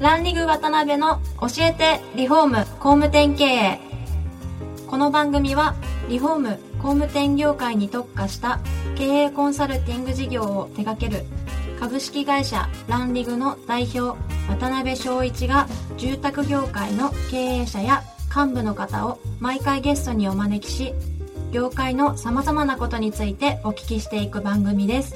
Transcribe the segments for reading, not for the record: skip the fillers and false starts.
ランリグ渡辺の教えてリフォーム工務店経営。この番組はリフォーム工務店業界に特化した経営コンサルティング事業を手掛ける株式会社ランリグの代表渡辺翔一が、住宅業界の経営者や幹部の方を毎回ゲストにお招きし、業界の様々なことについてお聞きしていく番組です。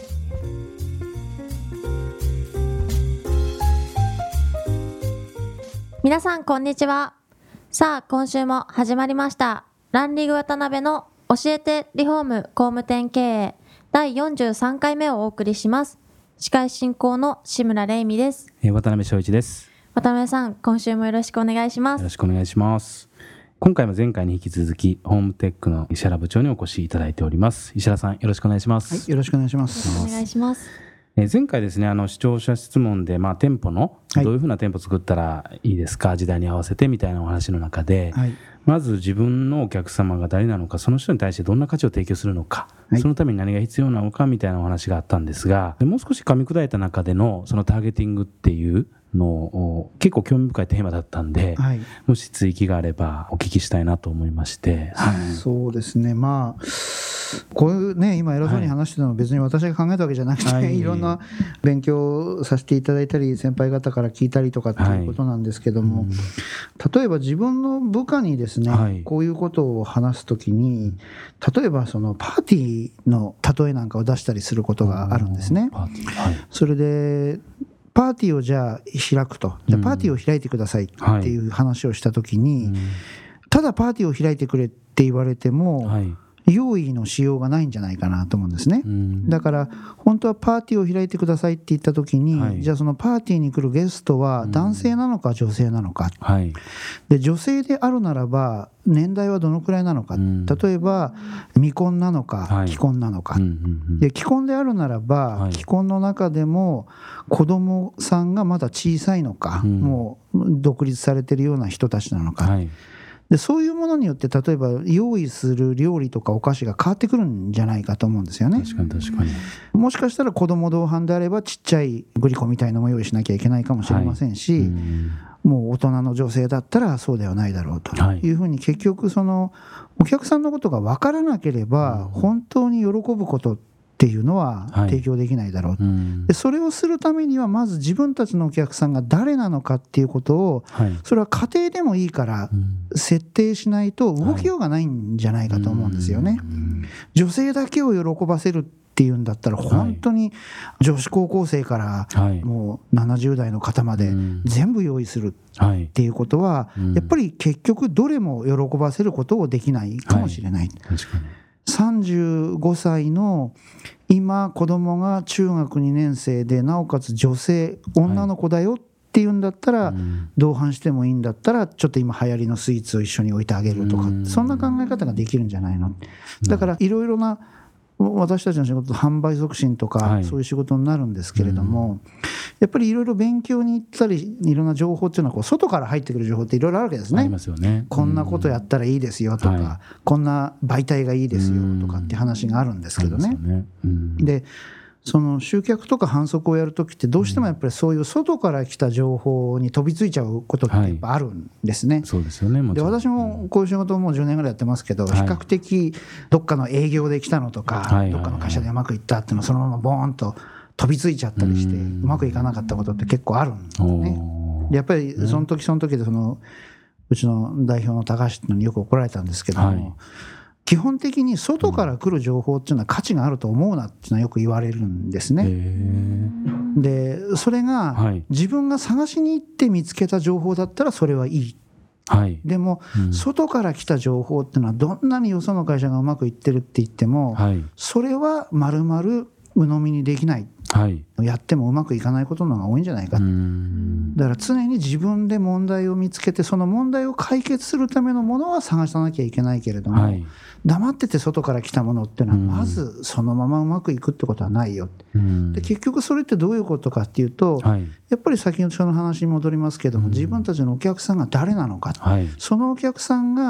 皆さんこんにちは。さあ今週も始まりましたランリグ渡辺の教えてリフォーム工務店経営第43回目をお送りします。司会進行の志村玲美です。 渡辺翔一です。 渡辺さん、今週もよろしくお願いします。 よろしくお願いします。今回も前回に引き続きホームテックの石原部長にお越しいただいております。石原さん、よろしくお願いします。 はい、よろしくお願いします。 お願いします。 前回ですね、視聴者質問で、店舗のどういうふうな店舗作ったらいいですか、時代に合わせてみたいなお話の中で、まず自分のお客様が誰なのか、その人に対してどんな価値を提供するのか、そのために何が必要なのかみたいなお話があったんですが、もう少し噛み砕いた中でのそのターゲティングっていうのを結構興味深いテーマだったんで、もし追記があればお聞きしたいなと思いまして。 そうですね、こういうね、今偉そうに話してたのは別に私が考えたわけじゃなくて、いろんな勉強させていただいたり先輩方から聞いたりとかっていうことなんですけども、例えば自分の部下にですね、こういうことを話すときに、例えばそのパーティーの例えなんかを出したりすることがあるんですね。それでパーティーをじゃあ開くと、じゃあパーティーを開いてくださいっていう話をしたときに、ただパーティーを開いてくれって言われても、用意のしようがないんじゃないかなと思うんですね。だから本当はパーティーを開いてくださいって言った時に、じゃあそのパーティーに来るゲストは男性なのか女性なのか、で女性であるならば年代はどのくらいなのか、例えば未婚なのか既婚なのか、で既婚であるならば既婚の中でも子供さんがまだ小さいのか、もう独立されているような人たちなのか、でそういうものによって例えば用意する料理とかお菓子が変わってくるんじゃないかと思うんですよね。 確かにもしかしたら子供同伴であればちっちゃいグリコみたいのも用意しなきゃいけないかもしれませんし、もう大人の女性だったらそうではないだろうというふうに、結局そのお客さんのことが分からなければ本当に喜ぶことっていうのは提供できないだろう、でそれをするためにはまず自分たちのお客さんが誰なのかっていうことを、それは家庭でもいいから設定しないと動きようがないんじゃないかと思うんですよね。女性だけを喜ばせるっていうんだったら本当に女子高校生からもう70代の方まで全部用意するっていうことはやっぱり結局どれも喜ばせることをできないかもしれない。35歳の今子供が中学2年生でなおかつ女性女の子だよっていうんだったら、同伴してもいいんだったらちょっと今流行りのスイーツを一緒に置いてあげるとか、そんな考え方ができるんじゃないの。だからいろいろな私たちの仕事、販売促進とかそういう仕事になるんですけれども、やっぱりいろいろ勉強に行ったりいろんな情報っていうのは外から入ってくる情報っていろいろあるわけですね。 ありますよね。 こんなことやったらいいですよとか、こんな媒体がいいですよとかって話があるんですけどね。でその集客とか販促をやるときってどうしてもやっぱりそういう外から来た情報に飛びついちゃうことってやっぱあるんですね。 そうですよね。 で私もこういう仕事をもう10年ぐらいやってますけど、比較的どっかの営業で来たのとか、どっかの会社でうまくいったっていうのをそのままボーンと飛びついちゃったりして、うまくいかなかったことって結構あるんですね。でやっぱりその時その時でうちの代表の高橋っていうのによく怒られたんですけども、基本的に外から来る情報っていうのは価値があると思うなっていうのはよく言われるんですね。でそれが自分が探しに行って見つけた情報だったらそれはいい。でも、外から来た情報っていうのはどんなによその会社がうまくいってるって言っても、それはまるまる鵜呑みにできない、やってもうまくいかないことの方が多いんじゃないか。だから常に自分で問題を見つけてその問題を解決するためのものは探さなきゃいけないけれども、黙ってて外から来たものっていうのはまずそのままうまくいくってことはないよ。で結局それってどういうことかっていうと、やっぱり先ほどの話に戻りますけども、自分たちのお客さんが誰なのか、そのお客さんが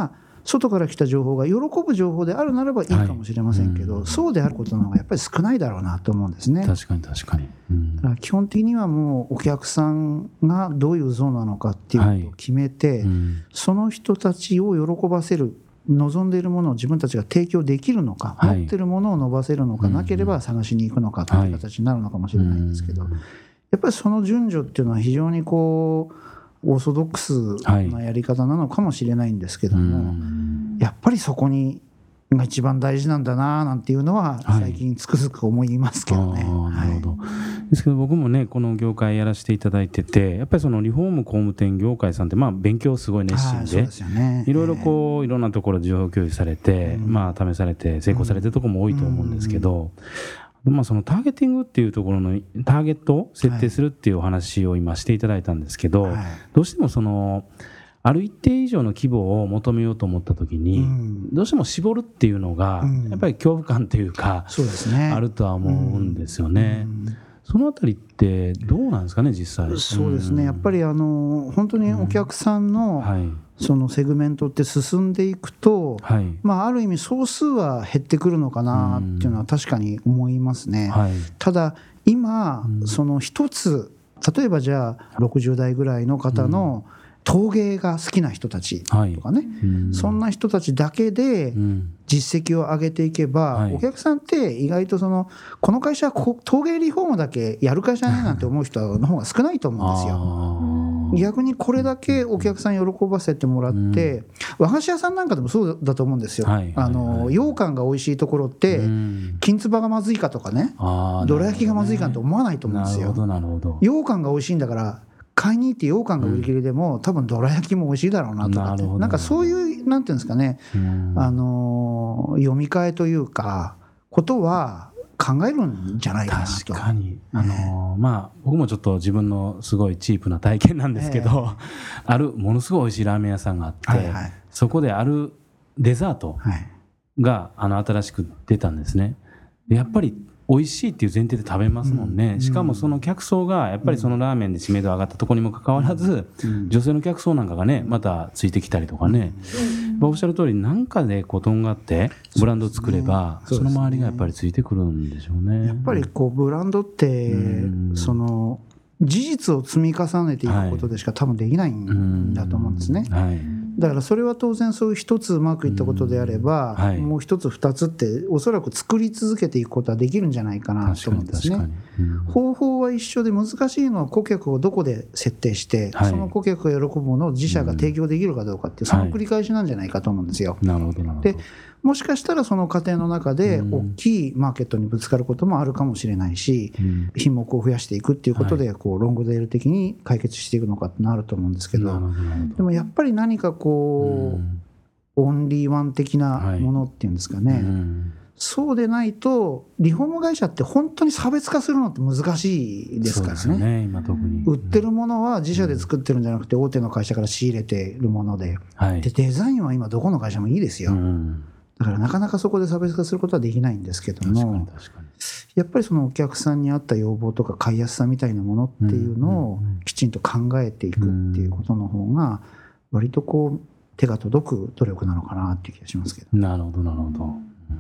外から来た情報が喜ぶ情報であるならばいいかもしれませんけど、そうであることの方がやっぱり少ないだろうなと思うんですね。 確かに確かに、 だから基本的にはもうお客さんがどういう像なのかっていうことを決めて、その人たちを喜ばせる、望んでいるものを自分たちが提供できるのか、持っているものを伸ばせるのか、なければ探しに行くのかという形になるのかもしれないんですけど、やっぱりその順序っていうのは非常にこうオーソドックスなやり方なのかもしれないんですけども、やっぱりそこにが一番大事なんだななんていうのは最近つくづく思いますけどね。 なるほど。ですけど僕もねこの業界やらせていただいてて、やっぱりそのリフォーム工務店業界さんって勉強すごい熱心で、いろいろこういろんなところで情報共有されて、試されて成功されてるところも多いと思うんですけど、そのターゲティングっていうところのターゲットを設定するっていうお話を今していただいたんですけど、どうしてもそのある一定以上の規模を求めようと思った時に、どうしても絞るっていうのがやっぱり恐怖感というか、あるとは思うんですよね。そのあたりってどうなんですかね実際。 そうですね、やっぱり本当にお客さんのそのセグメントって進んでいくと、ある意味総数は減ってくるのかなっていうのは確かに思いますね。ただ今その一つ、例えばじゃあ60代ぐらいの方の陶芸が好きな人たちとかね、そんな人たちだけで実績を上げていけば、お客さんって意外とこの会社は陶芸リフォームだけやる会社ねなんて思う人の方が少ないと思うんですよ。逆にこれだけお客さん喜ばせてもらって、和菓子屋さんなんかでもそうだと思うんですよ。羊羹が美味しいところってきんつばがまずいかとかね、どら焼きがまずいかって思わないと思うんですよ。羊羹が美味しいんだから買いに行って羊羹が売り切れでも、多分どら焼きも美味しいだろうなとかって、なんかそういうなんていうんですかね、読み替えというかことは考えるんじゃないかなと。 確かに僕もちょっと自分のすごいチープな体験なんですけど、あるものすごい美味しいラーメン屋さんがあって、そこであるデザートが新しく出たんですね。やっぱり美味しいっていう前提で食べますもんね。しかもその客層がやっぱりそのラーメンで知名度上がったところにもかかわらず、女性の客層なんかがねまたついてきたりとかね、おっしゃる通りなんかでとんがってブランドを作れば、その周りがやっぱりついてくるんでしょうね。 やっぱりブランドってその事実を積み重ねていくことでしか多分できないんだと思うんですね。だからそれは当然そういう一つうまくいったことであれば、もう一つ二つっておそらく作り続けていくことはできるんじゃないかなと思うんですね。方法は一緒で難しいのは顧客をどこで設定して、その顧客が喜ぶものを自社が提供できるかどうかっていう、その繰り返しなんじゃないかと思うんですよ。でもしかしたらその過程の中で大きいマーケットにぶつかることもあるかもしれないし、品目を増やしていくっていうことでロングテール的に解決していくのかってなると思うんですけど、でもやっぱり何かオンリーワン的なものっていうんですかね、そうでないとリフォーム会社って本当に差別化するのって難しいですからね。今特に売ってるものは自社で作ってるんじゃなくて大手の会社から仕入れてるもので、でデザインは今どこの会社もいいですよ。だからなかなかそこで差別化することはできないんですけども、やっぱりそのお客さんに合った要望とか買いやすさみたいなものっていうのをきちんと考えていくっていうことの方が割と手が届く努力なのかなっていう気がしますけど。 なるほどなるほど。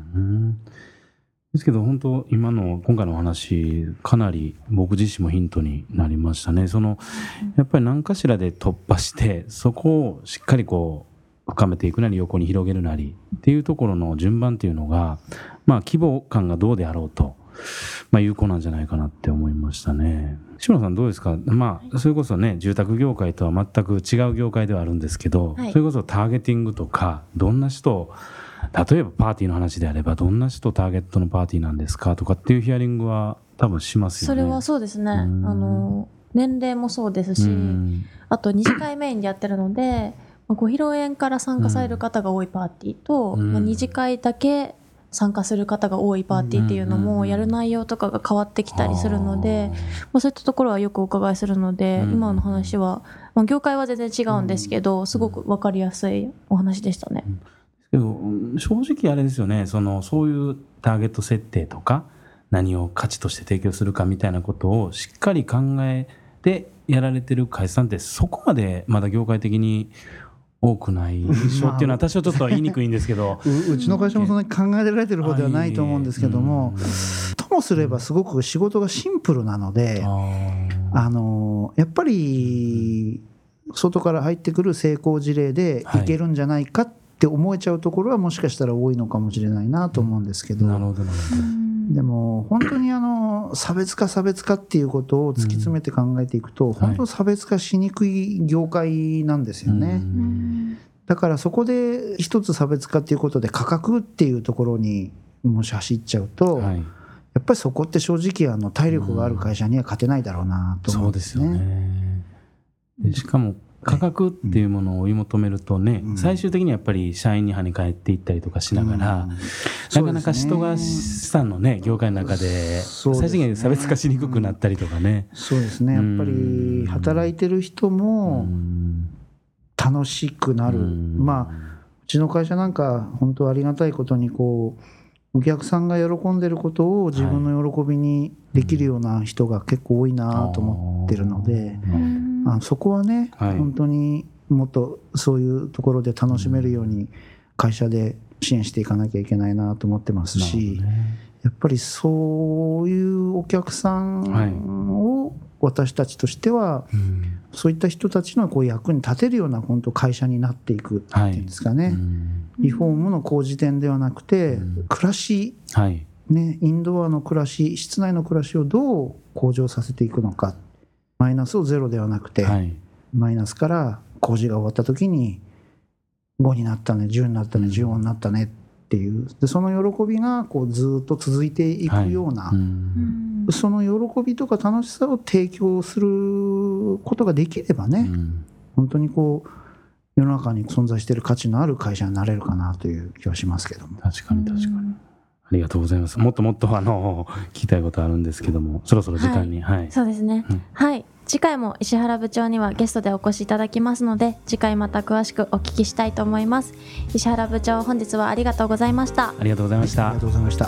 ですけど本当今回のお話かなり僕自身もヒントになりましたね。やっぱり何かしらで突破してそこをしっかり深めていくなり横に広げるなりっていうところの順番っていうのが規模感がどうであろうと有効なんじゃないかなって思いましたね。志村さんどうですか。それこそね住宅業界とは全く違う業界ではあるんですけど、それこそターゲティングとかどんな人、例えばパーティーの話であればどんな人ターゲットのパーティーなんですかとかっていうヒアリングは多分しますよね。 それはそうですね。年齢もそうですし、あと二次会メインでやってるのでご披露宴から参加される方が多いパーティーと、二次会だけ参加する方が多いパーティーっていうのもやる内容とかが変わってきたりするので、そういったところはよくお伺いするので、今の話は、業界は全然違うんですけど、すごく分かりやすいお話でしたね。 でも正直あれですよね、そういうターゲット設定とか何を価値として提供するかみたいなことをしっかり考えてやられてる会社さんってそこまでまだ業界的に多くない印象っていうのは私はちょっと言いにくいんですけどうちの会社もそんなに考えられてる方ではないと思うんですけども、ともすればすごく仕事がシンプルなので、やっぱり外から入ってくる成功事例でいけるんじゃないかって思えちゃうところはもしかしたら多いのかもしれないなと思うんですけど、 なるほどなるほど。 でも本当に差別化っていうことを突き詰めて考えていくと、本当に差別化しにくい業界なんですよね。だからそこで一つ差別化っていうことで価格っていうところにもし走っちゃうと、やっぱりそこって正直体力がある会社には勝てないだろうなと思うんですね。 そうですよね。でしかも価格っていうものを追い求めるとね、最終的にやっぱり社員に跳ね返っていったりとかしながら、なかなか人が資産のね業界の中で最終的に差別化しにくくなったりとかね。 そうですね。やっぱり働いてる人も楽しくなる。うちの会社なんか本当ありがたいことにお客さんが喜んでることを自分の喜びにできるような人が結構多いなと思ってるので、そこはね、本当にもっとそういうところで楽しめるように会社で支援していかなきゃいけないなと思ってますし、やっぱりそういうお客さんを私たちとしては、そういった人たちの役に立てるような本当会社になっていくっていうんですかね。リフォームの工事店ではなくて、暮らし、ね、インドアの暮らし、室内の暮らしをどう向上させていくのか。マイナスをゼロではなくて、マイナスから工事が終わった時に5になったね、10になったね、15になったねっていう、でその喜びがずっと続いていくような、その喜びとか楽しさを提供することができればね、本当に世の中に存在している価値のある会社になれるかなという気はしますけども。 確かに確かに。ありがとうございます。もっともっと聞きたいことあるんですけども、そろそろ時間に、 そうですね、次回も石原部長にはゲストでお越しいただきますので、次回また詳しくお聞きしたいと思います。石原部長、本日はありがとうございました。 ありがとうございました。 ありがとうございました。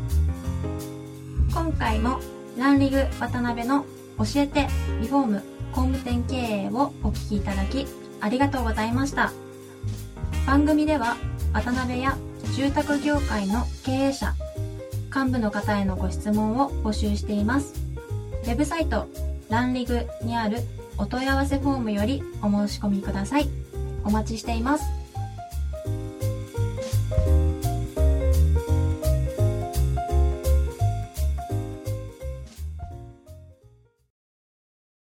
今回もランリグ渡辺の教えてリフォーム工務店経営をお聞きいただきありがとうございました。番組では渡辺や住宅業界の経営者、幹部の方へのご質問を募集しています。ウェブサイトランリグにあるお問い合わせフォームよりお申し込みください。お待ちしています。